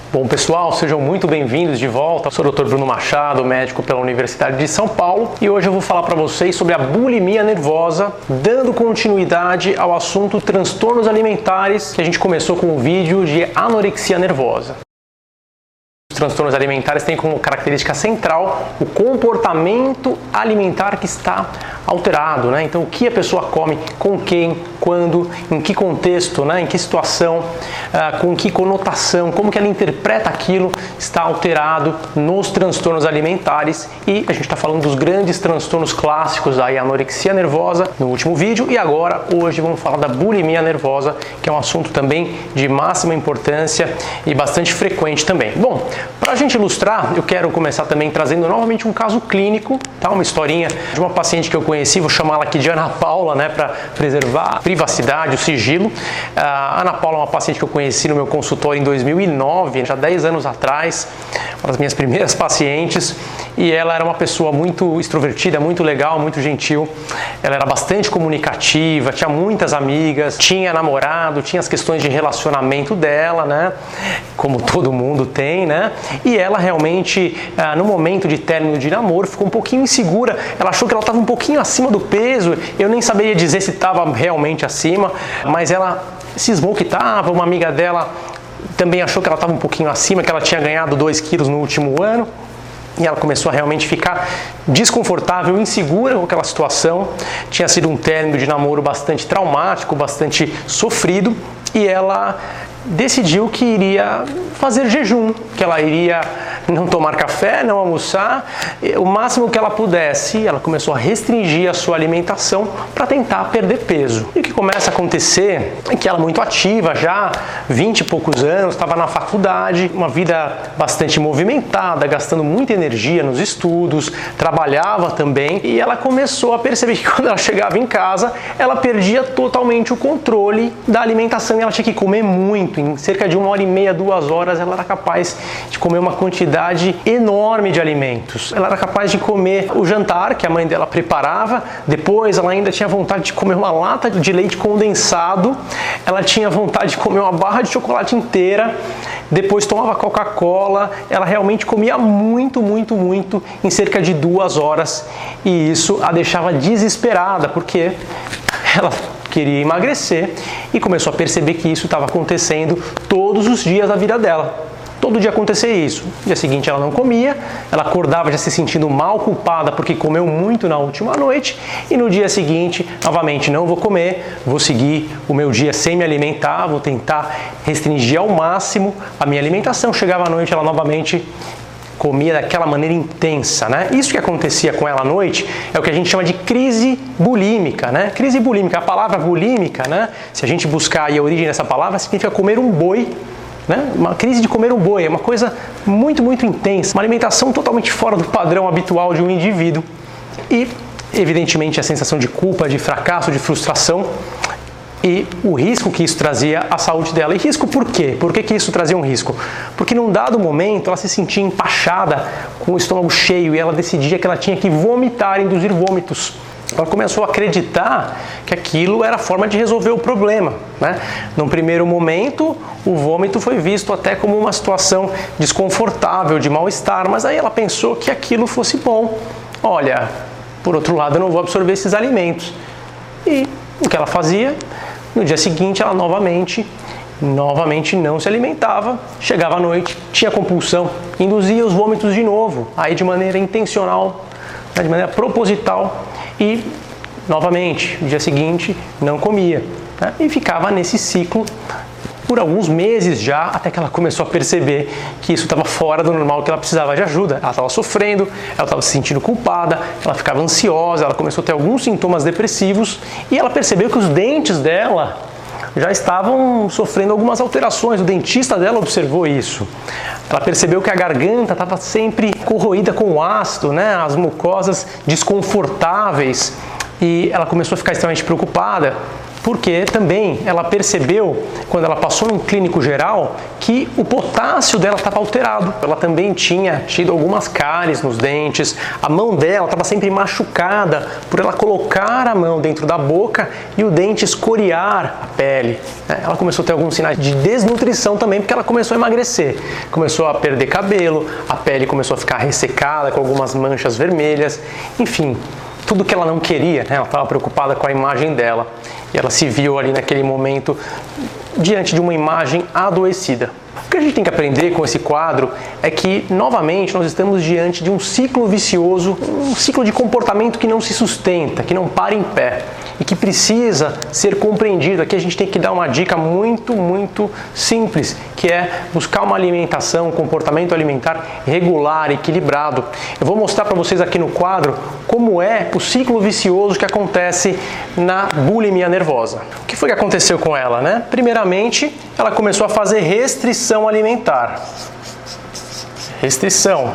Bom, pessoal, sejam muito bem-vindos de volta. Eu sou o Dr. Bruno Machado, médico pela Universidade de São Paulo, e hoje eu vou falar para vocês sobre a bulimia nervosa, dando continuidade ao assunto transtornos alimentares, que a gente começou com o vídeo de anorexia nervosa. Os transtornos alimentares têm como característica central o comportamento alimentar que está alterado, né? Então, o que a pessoa come, com quem, quando, em que contexto, né? Em que situação, com que conotação, como que ela interpreta aquilo está alterado nos transtornos alimentares. E a gente está falando dos grandes transtornos clássicos da anorexia nervosa no último vídeo, e agora, hoje, vamos falar da bulimia nervosa, que é um assunto também de máxima importância e bastante frequente também. Bom, para a gente ilustrar, eu quero começar também trazendo novamente um caso clínico, tá? Uma historinha de uma paciente que eu conheci, vou chamá-la aqui de Ana Paula, né, para preservar a privacidade, o sigilo. A Ana Paula é uma paciente que eu conheci no meu consultório em 2009, já 10 anos atrás, uma das minhas primeiras pacientes, e ela era uma pessoa muito extrovertida, muito legal, muito gentil. Ela era bastante comunicativa, tinha muitas amigas, tinha namorado, tinha as questões de relacionamento dela, né, como todo mundo tem, né, e ela realmente, no momento de término de namoro, ficou um pouquinho insegura. Ela achou que ela estava um pouquinho acima do peso, eu nem saberia dizer se estava realmente acima, mas ela cismou que estava. Uma amiga dela também achou que ela estava um pouquinho acima, que ela tinha ganhado 2 quilos no último ano, e ela começou a realmente ficar desconfortável, insegura com aquela situação. Tinha sido um término de namoro bastante traumático, bastante sofrido, e ela decidiu que iria fazer jejum, que ela iria não tomar café, não almoçar, o máximo que ela pudesse. Ela começou a restringir a sua alimentação para tentar perder peso. E o que começa a acontecer é que ela, muito ativa já, 20 e poucos anos, estava na faculdade, uma vida bastante movimentada, gastando muita energia nos estudos, trabalhava também, e ela começou a perceber que quando ela chegava em casa, ela perdia totalmente o controle da alimentação, e ela tinha que comer muito. Em cerca de 1h30, 2 horas, ela era capaz de comer uma quantidade enorme de alimentos. Ela era capaz de comer o jantar que a mãe dela preparava, depois ela ainda tinha vontade de comer uma lata de leite condensado, ela tinha vontade de comer uma barra de chocolate inteira, depois tomava Coca-Cola. Ela realmente comia muito em cerca de 2 horas, e isso a deixava desesperada, porque ela queria emagrecer e começou a perceber que isso estava acontecendo todos os dias da vida dela. Todo dia acontecia isso. No dia seguinte ela não comia, ela acordava já se sentindo mal, culpada porque comeu muito na última noite, e no dia seguinte, novamente, não vou comer, vou seguir o meu dia sem me alimentar, vou tentar restringir ao máximo a minha alimentação. Chegava à noite, ela novamente comia daquela maneira intensa, né? Isso que acontecia com ela à noite é o que a gente chama de crise bulímica, né? Crise bulímica, a palavra bulímica, né? Se a gente buscar aí a origem dessa palavra, significa comer um boi, né? Uma crise de comer um boi, é uma coisa muito intensa, uma alimentação totalmente fora do padrão habitual de um indivíduo, e evidentemente a sensação de culpa, de fracasso, de frustração, e o risco que isso trazia à saúde dela. E risco por quê? Por que isso trazia um risco? Porque num dado momento ela se sentia empachada, com o estômago cheio, e ela decidia que ela tinha que vomitar, induzir vômitos. Ela começou a acreditar que aquilo era a forma de resolver o problema, né? Num primeiro momento, o vômito foi visto até como uma situação desconfortável, de mal-estar, mas aí ela pensou que aquilo fosse bom. Olha, por outro lado, eu não vou absorver esses alimentos. E o que ela fazia? No dia seguinte, ela novamente não se alimentava, chegava à noite, tinha compulsão, induzia os vômitos de novo, aí de maneira intencional, de maneira proposital, e novamente, no dia seguinte, não comia, né? E ficava nesse ciclo por alguns meses já, até que ela começou a perceber que isso estava fora do normal, que ela precisava de ajuda. Ela estava sofrendo, ela estava se sentindo culpada, ela ficava ansiosa, ela começou a ter alguns sintomas depressivos, e ela percebeu que os dentes dela já estavam sofrendo algumas alterações. O dentista dela observou isso. Ela percebeu que a garganta estava sempre corroída com ácido, né? As mucosas desconfortáveis, e ela começou a ficar extremamente preocupada. porque também ela percebeu, quando ela passou num clínico geral, que o potássio dela estava alterado. Ela também tinha tido algumas cáries nos dentes, a mão dela estava sempre machucada por ela colocar a mão dentro da boca e o dente escoriar a pele. Ela começou a ter alguns sinais de desnutrição também, porque ela começou a emagrecer, começou a perder cabelo, a pele começou a ficar ressecada com algumas manchas vermelhas, enfim, tudo que ela não queria, né? Ela estava preocupada com a imagem dela e ela se viu ali naquele momento diante de uma imagem adoecida. O que a gente tem que aprender com esse quadro é que, novamente, nós estamos diante de um ciclo vicioso, um ciclo de comportamento que não se sustenta, que não para em pé e que precisa ser compreendido. Aqui a gente tem que dar uma dica muito simples, que é buscar uma alimentação, um comportamento alimentar regular, equilibrado. Eu vou mostrar para vocês aqui no quadro como é o ciclo vicioso que acontece na bulimia nervosa. O que foi que aconteceu com ela, né? Primeiramente, ela começou a fazer restrição alimentar. Restrição.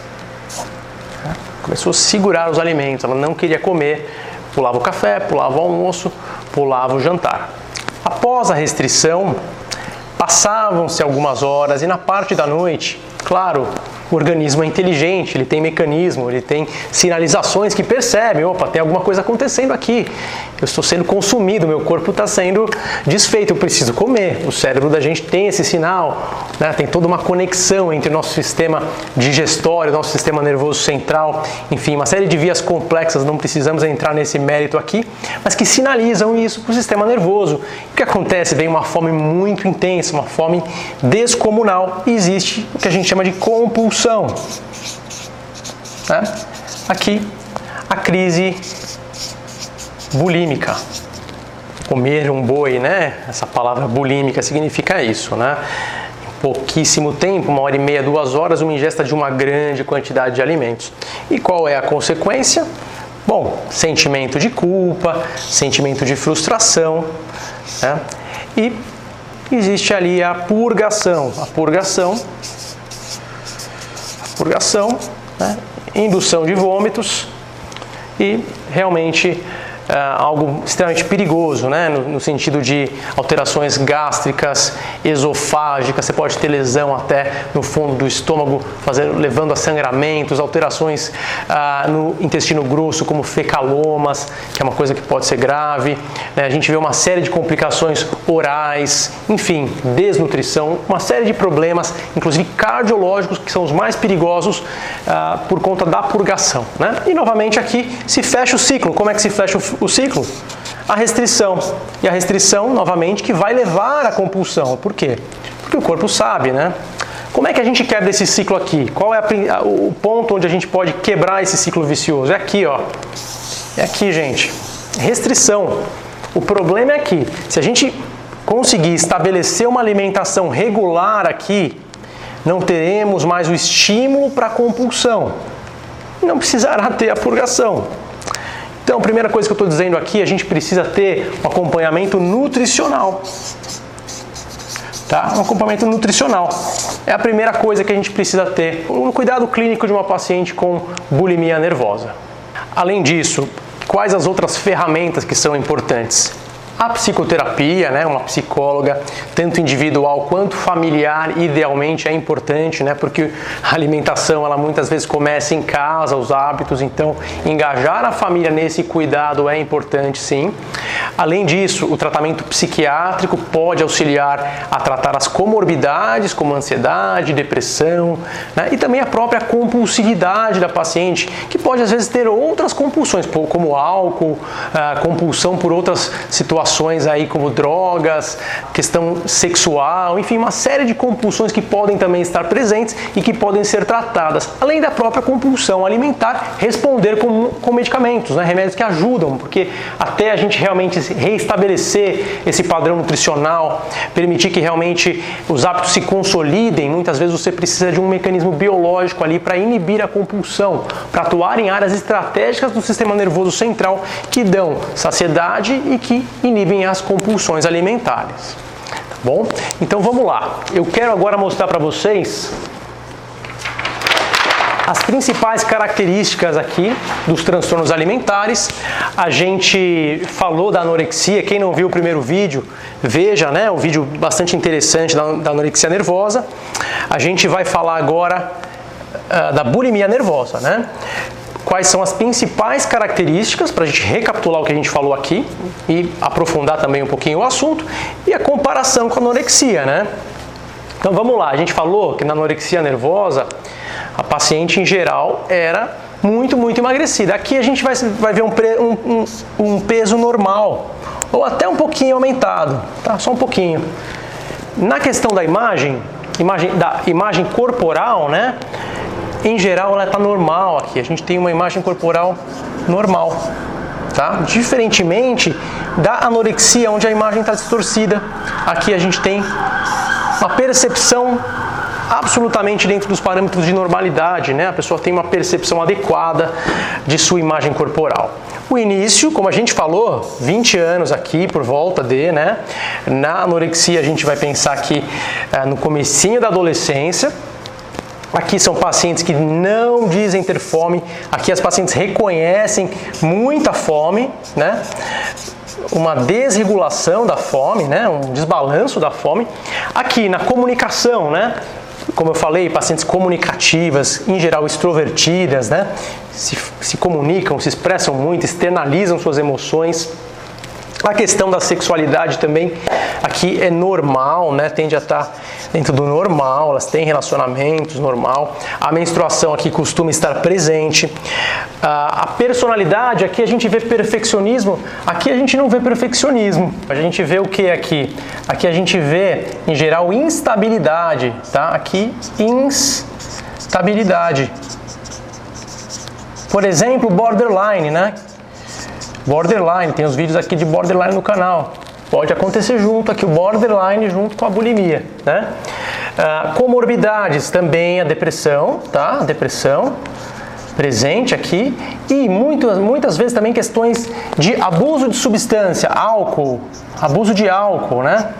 Começou a segurar os alimentos, ela não queria comer, pulava o café, pulava o almoço, pulava o jantar. Após a restrição, passavam-se algumas horas e na parte da noite, claro, o organismo é inteligente, ele tem mecanismo, ele tem sinalizações que percebem, opa, tem alguma coisa acontecendo aqui, eu estou sendo consumido, meu corpo está sendo desfeito, eu preciso comer. O cérebro da gente tem esse sinal, né? Tem toda uma conexão entre o nosso sistema digestório, nosso sistema nervoso central, enfim, uma série de vias complexas, não precisamos entrar nesse mérito aqui, mas que sinalizam isso para o sistema nervoso. O que acontece? Vem uma fome muito intensa, uma fome descomunal e existe o que a gente chama de compulsão. Né? Aqui, a crise bulímica. Comer um boi, né? Essa palavra bulímica significa isso, né? Em pouquíssimo tempo, 1h30, 2 horas, uma ingesta de uma grande quantidade de alimentos. E qual é a consequência? Bom, sentimento de culpa, sentimento de frustração, né? E existe ali a purgação. A purgação, né? Indução de vômitos e realmente algo extremamente perigoso, né? No sentido de alterações gástricas, esofágicas, você pode ter lesão até no fundo do estômago, levando a sangramentos, alterações no intestino grosso, como fecalomas, que é uma coisa que pode ser grave, né? A gente vê uma série de complicações orais, enfim, desnutrição, uma série de problemas, inclusive cardiológicos, que são os mais perigosos por conta da purgação, né? E novamente aqui se fecha o ciclo. Como é que se fecha o ciclo? A restrição. E a restrição, novamente, que vai levar à compulsão. Por quê? Porque o corpo sabe, né? Como é que a gente quebra esse ciclo aqui? Qual é o ponto onde a gente pode quebrar esse ciclo vicioso? É aqui, ó. É aqui, gente. Restrição. O problema é aqui. Se a gente conseguir estabelecer uma alimentação regular aqui, não teremos mais o estímulo para a compulsão. Não precisará ter a purgação. Então, a primeira coisa que eu estou dizendo aqui, a gente precisa ter um acompanhamento nutricional. Tá? Um acompanhamento nutricional. É a primeira coisa que a gente precisa ter. Um cuidado clínico de uma paciente com bulimia nervosa. Além disso, quais as outras ferramentas que são importantes? A psicoterapia, né, uma psicóloga, tanto individual quanto familiar, idealmente é importante, né, porque a alimentação, ela muitas vezes começa em casa, os hábitos, então engajar a família nesse cuidado é importante, sim. Além disso, o tratamento psiquiátrico pode auxiliar a tratar as comorbidades, como ansiedade, depressão, né, e também a própria compulsividade da paciente, que pode às vezes ter outras compulsões, como álcool, compulsão por outras situações aí como drogas, questão sexual, enfim, uma série de compulsões que podem também estar presentes e que podem ser tratadas, além da própria compulsão alimentar, responder com medicamentos, né? Remédios que ajudam, porque até a gente realmente reestabelecer esse padrão nutricional, permitir que realmente os hábitos se consolidem, muitas vezes você precisa de um mecanismo biológico ali para inibir a compulsão, para atuar em áreas estratégicas do sistema nervoso central que dão saciedade e que inibem as compulsões alimentares. Tá bom? Então vamos lá. Eu quero agora mostrar para vocês as principais características aqui dos transtornos alimentares. A gente falou da anorexia. Quem não viu o primeiro vídeo, veja, né? Um vídeo bastante interessante da anorexia nervosa. A gente vai falar agora da bulimia nervosa, né? Quais são as principais características, para a gente recapitular o que a gente falou aqui e aprofundar também um pouquinho o assunto, e a comparação com a anorexia, né? Então vamos lá, a gente falou que na anorexia nervosa a paciente em geral era muito emagrecida. Aqui a gente vai ver um peso normal, ou até um pouquinho aumentado, tá? Só um pouquinho. Na questão da imagem corporal, né? Em geral ela está normal aqui, a gente tem uma imagem corporal normal, tá? Diferentemente da anorexia, onde a imagem está distorcida. Aqui a gente tem uma percepção absolutamente dentro dos parâmetros de normalidade, né? A pessoa tem uma percepção adequada de sua imagem corporal. O início, como a gente falou, 20 anos aqui por volta de, né? Na anorexia a gente vai pensar aqui no comecinho da adolescência. Aqui são pacientes que não dizem ter fome, aqui as pacientes reconhecem muita fome, né? Uma desregulação da fome, né? Um desbalanço da fome. Aqui na comunicação, né? Como eu falei, pacientes comunicativas, em geral extrovertidas, né? Se comunicam, se expressam muito, externalizam suas emoções. A questão da sexualidade também aqui é normal, né? Tende a estar dentro do normal, elas têm relacionamentos normal. A menstruação aqui costuma estar presente. A personalidade, aqui a gente vê perfeccionismo, aqui a gente não vê perfeccionismo. A gente vê o que aqui? Aqui a gente vê, em geral, instabilidade, tá? Aqui, instabilidade. Por exemplo, borderline, né? Borderline, tem os vídeos aqui de borderline no canal. Pode acontecer junto aqui o borderline junto com a bulimia, né? Comorbidades também a depressão, tá? A depressão presente aqui e muitas vezes também questões de abuso de substância, álcool, abuso de álcool, né?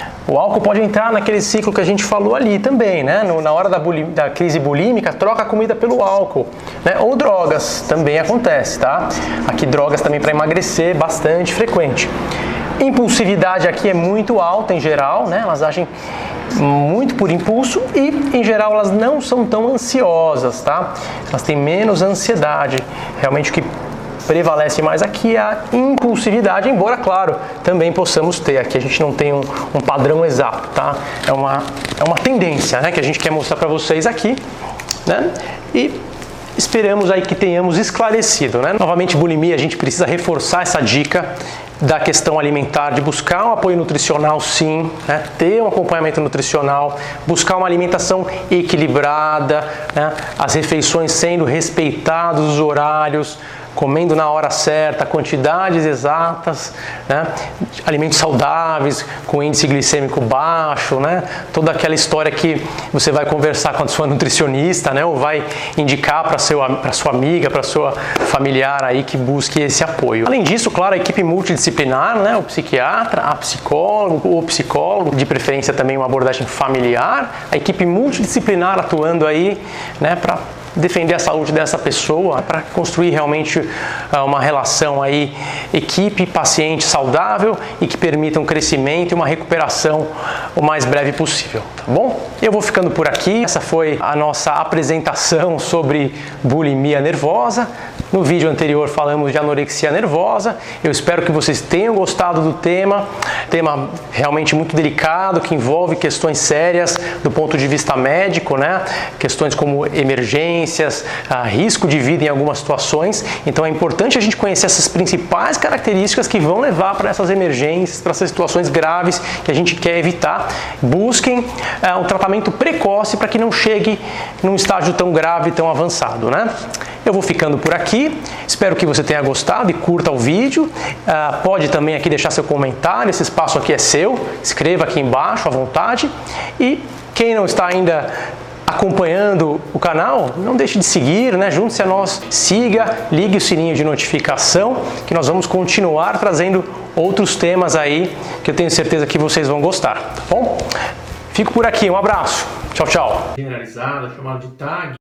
O álcool pode entrar naquele ciclo que a gente falou ali também, né? Na hora da crise bulímica, troca a comida pelo álcool, né? Ou drogas, também acontece, tá? Aqui drogas também para emagrecer, bastante frequente. Impulsividade aqui é muito alta em geral, né? Elas agem muito por impulso e, em geral, elas não são tão ansiosas, tá? Elas têm menos ansiedade. Realmente o que prevalece mais aqui é a impulsividade, embora, claro, também possamos ter. Aqui a gente não tem um padrão exato, tá? É uma tendência, né, que a gente quer mostrar para vocês aqui, né? E esperamos aí que tenhamos esclarecido, né? Novamente, bulimia, a gente precisa reforçar essa dica da questão alimentar, de buscar um apoio nutricional sim, né? Ter um acompanhamento nutricional, buscar uma alimentação equilibrada, né? As refeições sendo respeitados os horários, comendo na hora certa, quantidades exatas, né? Alimentos saudáveis, com índice glicêmico baixo, né? Toda aquela história que você vai conversar com a sua nutricionista, né? Ou vai indicar para sua amiga, para sua familiar aí que busque esse apoio. Além disso, claro, a equipe multidisciplinar, né? O psiquiatra, a psicólogo, o psicólogo, de preferência também uma abordagem familiar, a equipe multidisciplinar atuando aí, né? Para defender a saúde dessa pessoa, para construir realmente uma relação aí equipe-paciente saudável e que permita um crescimento e uma recuperação o mais breve possível, tá bom? Eu vou ficando por aqui. Essa foi a nossa apresentação sobre bulimia nervosa. No vídeo anterior falamos de anorexia nervosa. Eu espero que vocês tenham gostado do tema realmente muito delicado, que envolve questões sérias do ponto de vista médico, né? Questões como emergências, risco de vida em algumas situações. Então é importante a gente conhecer essas principais características que vão levar para essas emergências, para essas situações graves que a gente quer evitar. Busquem um tratamento precoce para que não chegue num estágio tão grave, tão avançado, né? Eu vou ficando por aqui, espero que você tenha gostado e curta o vídeo. Pode também aqui deixar seu comentário, esse espaço aqui é seu, escreva aqui embaixo à vontade. E quem não está ainda acompanhando o canal, não deixe de seguir, né? Junte-se a nós, siga, ligue o sininho de notificação, que nós vamos continuar trazendo outros temas aí que eu tenho certeza que vocês vão gostar, tá bom? Fico por aqui, um abraço, tchau, tchau. Generalizada, chamado de TAG.